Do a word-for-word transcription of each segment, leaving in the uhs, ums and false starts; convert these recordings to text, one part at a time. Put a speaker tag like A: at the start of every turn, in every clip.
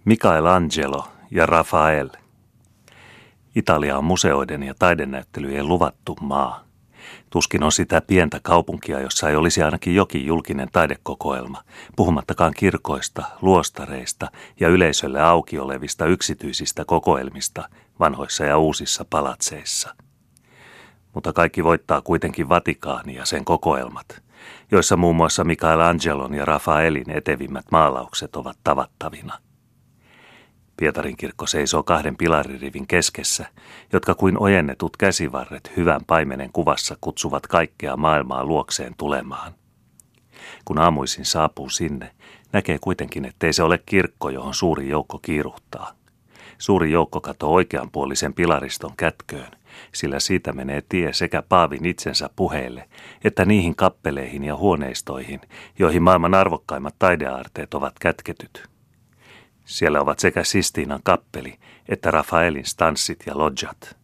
A: Michelangelo ja Rafael. Italia on museoiden ja taidenäyttelyjen luvattu maa. Tuskin on sitä pientä kaupunkia, jossa ei olisi ainakin jokin julkinen taidekokoelma, puhumattakaan kirkoista, luostareista ja yleisölle auki olevista yksityisistä kokoelmista vanhoissa ja uusissa palatseissa. Mutta kaikki voittaa kuitenkin Vatikaani ja sen kokoelmat, joissa muun muassa Michelangelon ja Rafaelin etevimmät maalaukset ovat tavattavina. Pietarin kirkko seisoo kahden pilaririvin keskessä, jotka kuin ojennetut käsivarret hyvän paimenen kuvassa kutsuvat kaikkea maailmaa luokseen tulemaan. Kun aamuisin saapuu sinne, näkee kuitenkin, ettei se ole kirkko, johon suuri joukko kiiruhtaa. Suuri joukko katoo oikeanpuolisen pilariston kätköön, sillä siitä menee tie sekä paavin itsensä puheille, että niihin kappeleihin ja huoneistoihin, joihin maailman arvokkaimmat taideaarteet ovat kätketyt. Siellä ovat sekä Sistiinan kappeli että Rafaelin stanssit ja loggiat.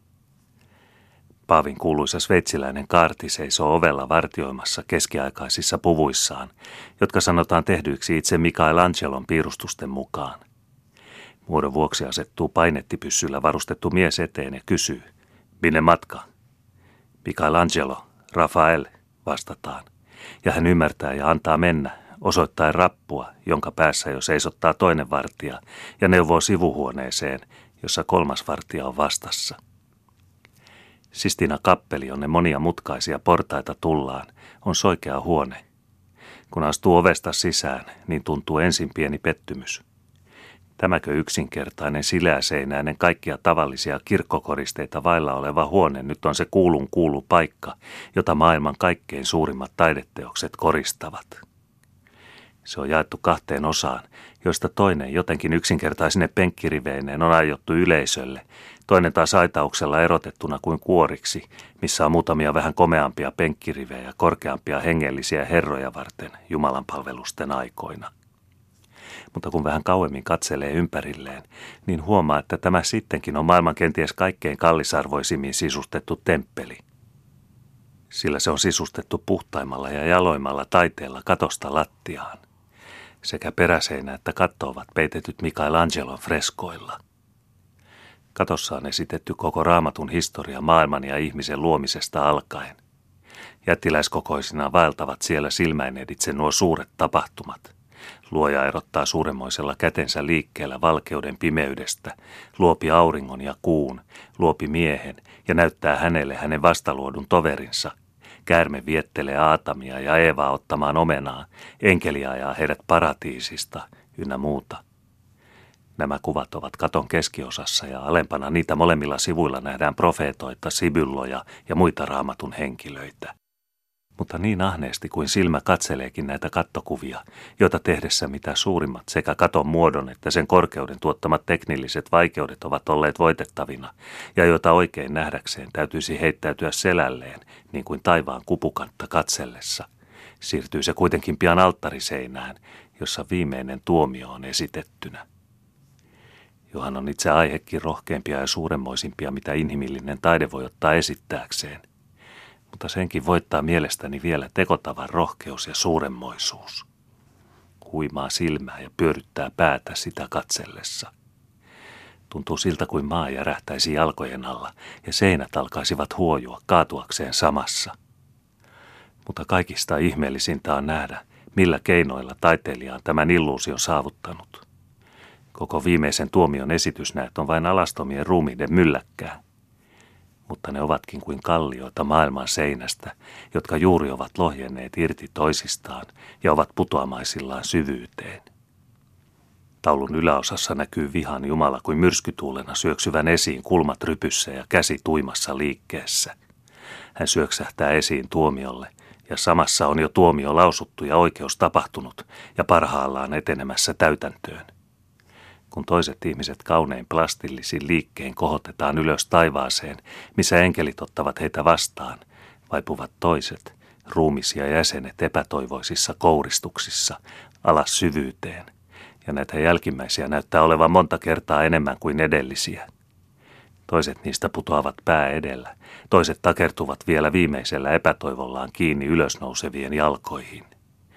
A: Paavin kuuluisa sveitsiläinen kaarti seisoo ovella vartioimassa keskiaikaisissa puvuissaan, jotka sanotaan tehdyiksi itse Michelangelon piirustusten mukaan. Muodon vuoksi asettuu painettipyssyllä varustettu mies eteen ja kysyy, minne matka? Michelangelo, Rafael, vastataan, ja hän ymmärtää ja antaa mennä, osoittaen rappua, jonka päässä jo seisottaa toinen vartija ja neuvoo sivuhuoneeseen, jossa kolmas vartija on vastassa. Sistina kappeli, jonne monia mutkaisia portaita tullaan, on soikea huone. Kun astuu ovesta sisään, niin tuntuu ensin pieni pettymys. Tämäkö yksinkertainen sileäseinäinen kaikkia tavallisia kirkkokoristeita vailla oleva huone nyt on se kuulun kuulu paikka, jota maailman kaikkein suurimmat taideteokset koristavat. Se on jaettu kahteen osaan, joista toinen jotenkin yksinkertaisine penkkiriveineen on aiottu yleisölle, toinen taas aitauksella erotettuna kuin kuoriksi, missä on muutamia vähän komeampia penkkirivejä korkeampia hengellisiä herroja varten jumalanpalvelusten aikoina. Mutta kun vähän kauemmin katselee ympärilleen, niin huomaa, että tämä sittenkin on maailman kenties kaikkein kallisarvoisimmin sisustettu temppeli. Sillä se on sisustettu puhtaimmalla ja jaloimmalla taiteella katosta lattiaan. Sekä peräseinä että katto ovat peitetyt Michelangelon freskoilla. Katossa on esitetty koko Raamatun historia maailman ja ihmisen luomisesta alkaen. Jättiläiskokoisina vaeltavat siellä silmäineditse nuo suuret tapahtumat. Luoja erottaa suuremmoisella kätensä liikkeellä valkeuden pimeydestä, luopi auringon ja kuun, luopi miehen ja näyttää hänelle hänen vastaluodun toverinsa. Käärme viettelee Aatamia ja Eevaa ottamaan omenaa, enkeli ajaa heidät paratiisista ynnä muuta. Nämä kuvat ovat katon keskiosassa ja alempana niitä molemmilla sivuilla nähdään profeetoita, sibylloja ja muita Raamatun henkilöitä. Mutta niin ahneesti kuin silmä katseleekin näitä kattokuvia, joita tehdessä mitä suurimmat sekä katon muodon että sen korkeuden tuottamat teknilliset vaikeudet ovat olleet voitettavina, ja joita oikein nähdäkseen täytyisi heittäytyä selälleen, niin kuin taivaan kupukantta katsellessa, siirtyy se kuitenkin pian alttariseinään, jossa viimeinen tuomio on esitettynä. Johan on itse aihekin rohkeimpia ja suuremmoisimpia, mitä inhimillinen taide voi ottaa esittääkseen. Mutta senkin voittaa mielestäni vielä tekotavan rohkeus ja suuremmoisuus. Huimaa silmää ja pyöryttää päätä sitä katsellessa. Tuntuu siltä kuin maa järähtäisi jalkojen alla ja seinät alkaisivat huojua kaatuakseen samassa. Mutta kaikista ihmeellisintä on nähdä, millä keinoilla taiteilija on tämän illuusion saavuttanut. Koko viimeisen tuomion esitysnäyt on vain alastomien ruumiiden mylläkkää. Mutta ne ovatkin kuin kallioita maailman seinästä, jotka juuri ovat lohjenneet irti toisistaan ja ovat putoamaisillaan syvyyteen. Taulun yläosassa näkyy vihan Jumala kuin myrskytuulena syöksyvän esiin kulmat rypyssä ja käsi tuimassa liikkeessä. Hän syöksähtää esiin tuomiolle, ja samassa on jo tuomio lausuttu ja oikeus tapahtunut ja parhaillaan etenemässä täytäntöön. Kun toiset ihmiset kaunein plastillisin liikkein kohotetaan ylös taivaaseen, missä enkelit ottavat heitä vastaan, vaipuvat toiset, ruumisia jäsenet epätoivoisissa kouristuksissa, alas syvyyteen, ja näitä jälkimmäisiä näyttää olevan monta kertaa enemmän kuin edellisiä. Toiset niistä putoavat pää edellä, toiset takertuvat vielä viimeisellä epätoivollaan kiinni ylösnousevien jalkoihin.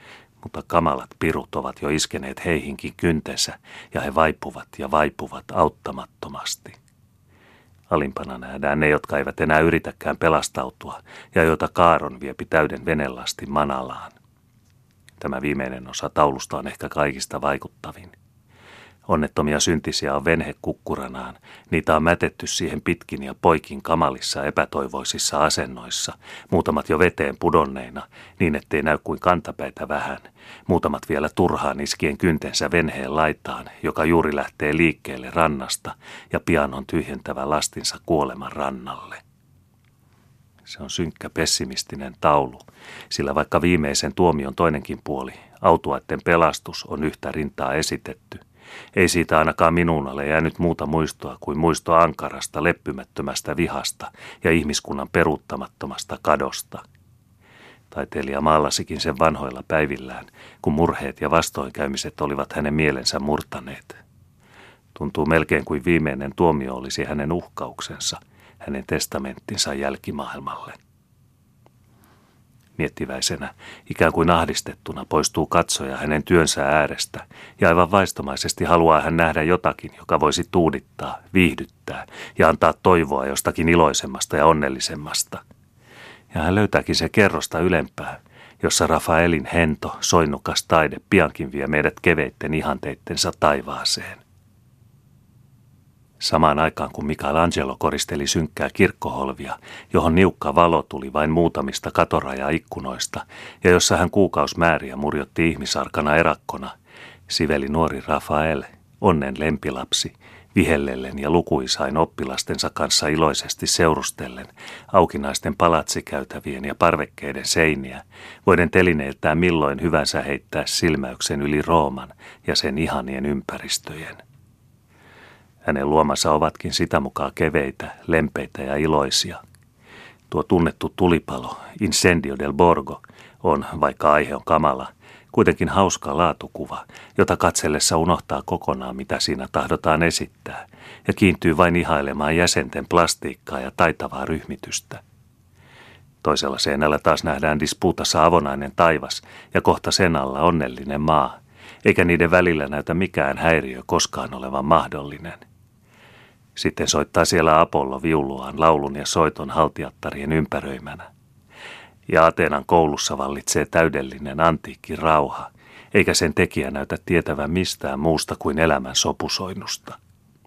A: mutta kamalat pirut ovat jo iskeneet heihinkin kyntensä, ja he vaipuvat ja vaipuvat auttamattomasti. Alimpana nähdään ne, jotka eivät enää yritäkään pelastautua, ja joita Kaaron viepi täyden venelasti Manalaan. Tämä viimeinen osa taulusta on ehkä kaikista vaikuttavin. Onnettomia syntisiä on venhe kukkuranaan. Niitä on mätetty siihen pitkin ja poikin kamalissa epätoivoisissa asennoissa, muutamat jo veteen pudonneina, niin ettei näy kuin kantapäitä vähän, muutamat vielä turhaan iskien kyntensä venheen laitaan, joka juuri lähtee liikkeelle rannasta ja pian on tyhjentävä lastinsa kuoleman rannalle. Se on synkkä pessimistinen taulu, sillä vaikka viimeisen tuomion toinenkin puoli, autuaiden pelastus, on yhtä rintaa esitetty, ei siitä ainakaan minuun ole jäänyt muuta muistoa kuin muisto ankarasta, leppymättömästä vihasta ja ihmiskunnan peruuttamattomasta kadosta. Taiteilija maalasikin sen vanhoilla päivillään, kun murheet ja vastoinkäymiset olivat hänen mielensä murtaneet. Tuntuu melkein kuin viimeinen tuomio olisi hänen uhkauksensa, hänen testamenttinsa jälkimaailmalle. Miettiväisenä, ikään kuin ahdistettuna, poistuu katsoja hänen työnsä äärestä, ja aivan vaistomaisesti haluaa hän nähdä jotakin, joka voisi tuudittaa, viihdyttää ja antaa toivoa jostakin iloisemmasta ja onnellisemmasta. Ja hän löytääkin se kerrosta ylempää, jossa Rafaelin hento, soinnukas taide piankin vie meidät keveitten ihanteittensa taivaaseen. Samaan aikaan kun Michelangelo koristeli synkkää kirkkoholvia, johon niukka valo tuli vain muutamista katoraja-ikkunoista ja jossa hän kuukausmääriä murjotti ihmisarkana erakkona, siveli nuori Rafael, onnen lempilapsi, vihellellen ja lukuisain oppilastensa kanssa iloisesti seurustellen, aukinaisten palatsikäytävien ja parvekkeiden seiniä, voiden telineiltään milloin hyvänsä heittää silmäyksen yli Rooman ja sen ihanien ympäristöjen. Hänen luomansa ovatkin sitä mukaan keveitä, lempeitä ja iloisia. Tuo tunnettu tulipalo, Incendio del Borgo, on, vaikka aihe on kamala, kuitenkin hauska laatukuva, jota katsellessa unohtaa kokonaan, mitä siinä tahdotaan esittää, ja kiintyy vain ihailemaan jäsenten plastiikkaa ja taitavaa ryhmitystä. Toisella seinällä taas nähdään dispuutassa avonainen taivas ja kohta sen alla onnellinen maa, eikä niiden välillä näytä mikään häiriö koskaan olevan mahdollinen. Sitten soittaa siellä Apollo viuluaan laulun ja soiton haltijattarien ympäröimänä. Ja Ateenan koulussa vallitsee täydellinen antiikki rauha, eikä sen tekijä näytä tietävän mistään muusta kuin elämän sopusoinnusta.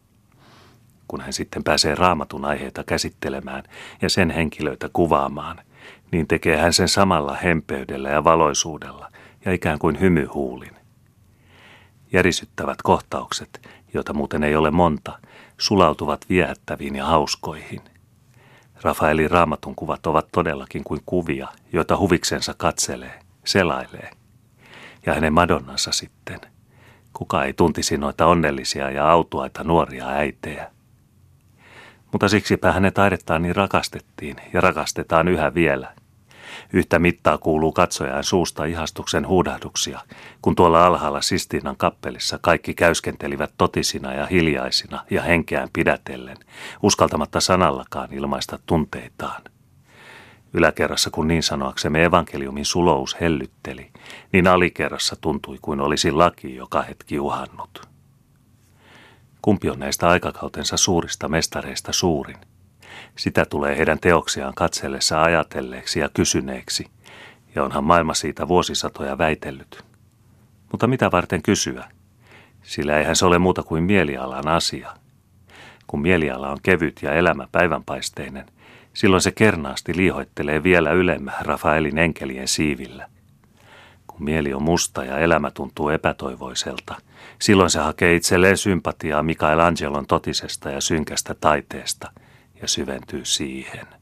A: Kun hän sitten pääsee Raamatun aiheita käsittelemään ja sen henkilöitä kuvaamaan, niin tekee hän sen samalla hempeydellä ja valoisuudella ja ikään kuin hymyhuulin. Järisyttävät kohtaukset, joita muuten ei ole monta, sulautuvat viehättäviin ja hauskoihin. Rafaelin Raamatun kuvat ovat todellakin kuin kuvia, joita huviksensa katselee, selailee. Ja hänen Madonnansa sitten. Kuka ei tuntisi noita onnellisia ja autuaita nuoria äitejä. Mutta siksipä hänen taidettaan niin rakastettiin ja rakastetaan yhä vielä. Yhtä mittaa kuuluu katsojan suusta ihastuksen huudahduksia, kun tuolla alhaalla Sistiinan kappelissa kaikki käyskentelivät totisina ja hiljaisina ja henkeään pidätellen, uskaltamatta sanallakaan ilmaista tunteitaan. Yläkerrassa, kun niin sanoaksemme evankeliumin sulous hellytteli, niin alikerrassa tuntui kuin olisi laki joka hetki uhannut. Kumpi on näistä aikakautensa suurista mestareista suurin? Sitä tulee heidän teoksiaan katsellessa ajatelleeksi ja kysyneeksi, ja onhan maailma siitä vuosisatoja väitellyt. Mutta mitä varten kysyä? Sillä eihän se ole muuta kuin mielialan asia. Kun mieliala on kevyt ja elämä päivänpaisteinen, silloin se kernaasti liihoittelee vielä ylemmä Rafaelin enkelien siivillä. Kun mieli on musta ja elämä tuntuu epätoivoiselta, silloin se hakee itselleen sympatiaa Michelangelon totisesta ja synkästä taiteesta ja syventyy siihen.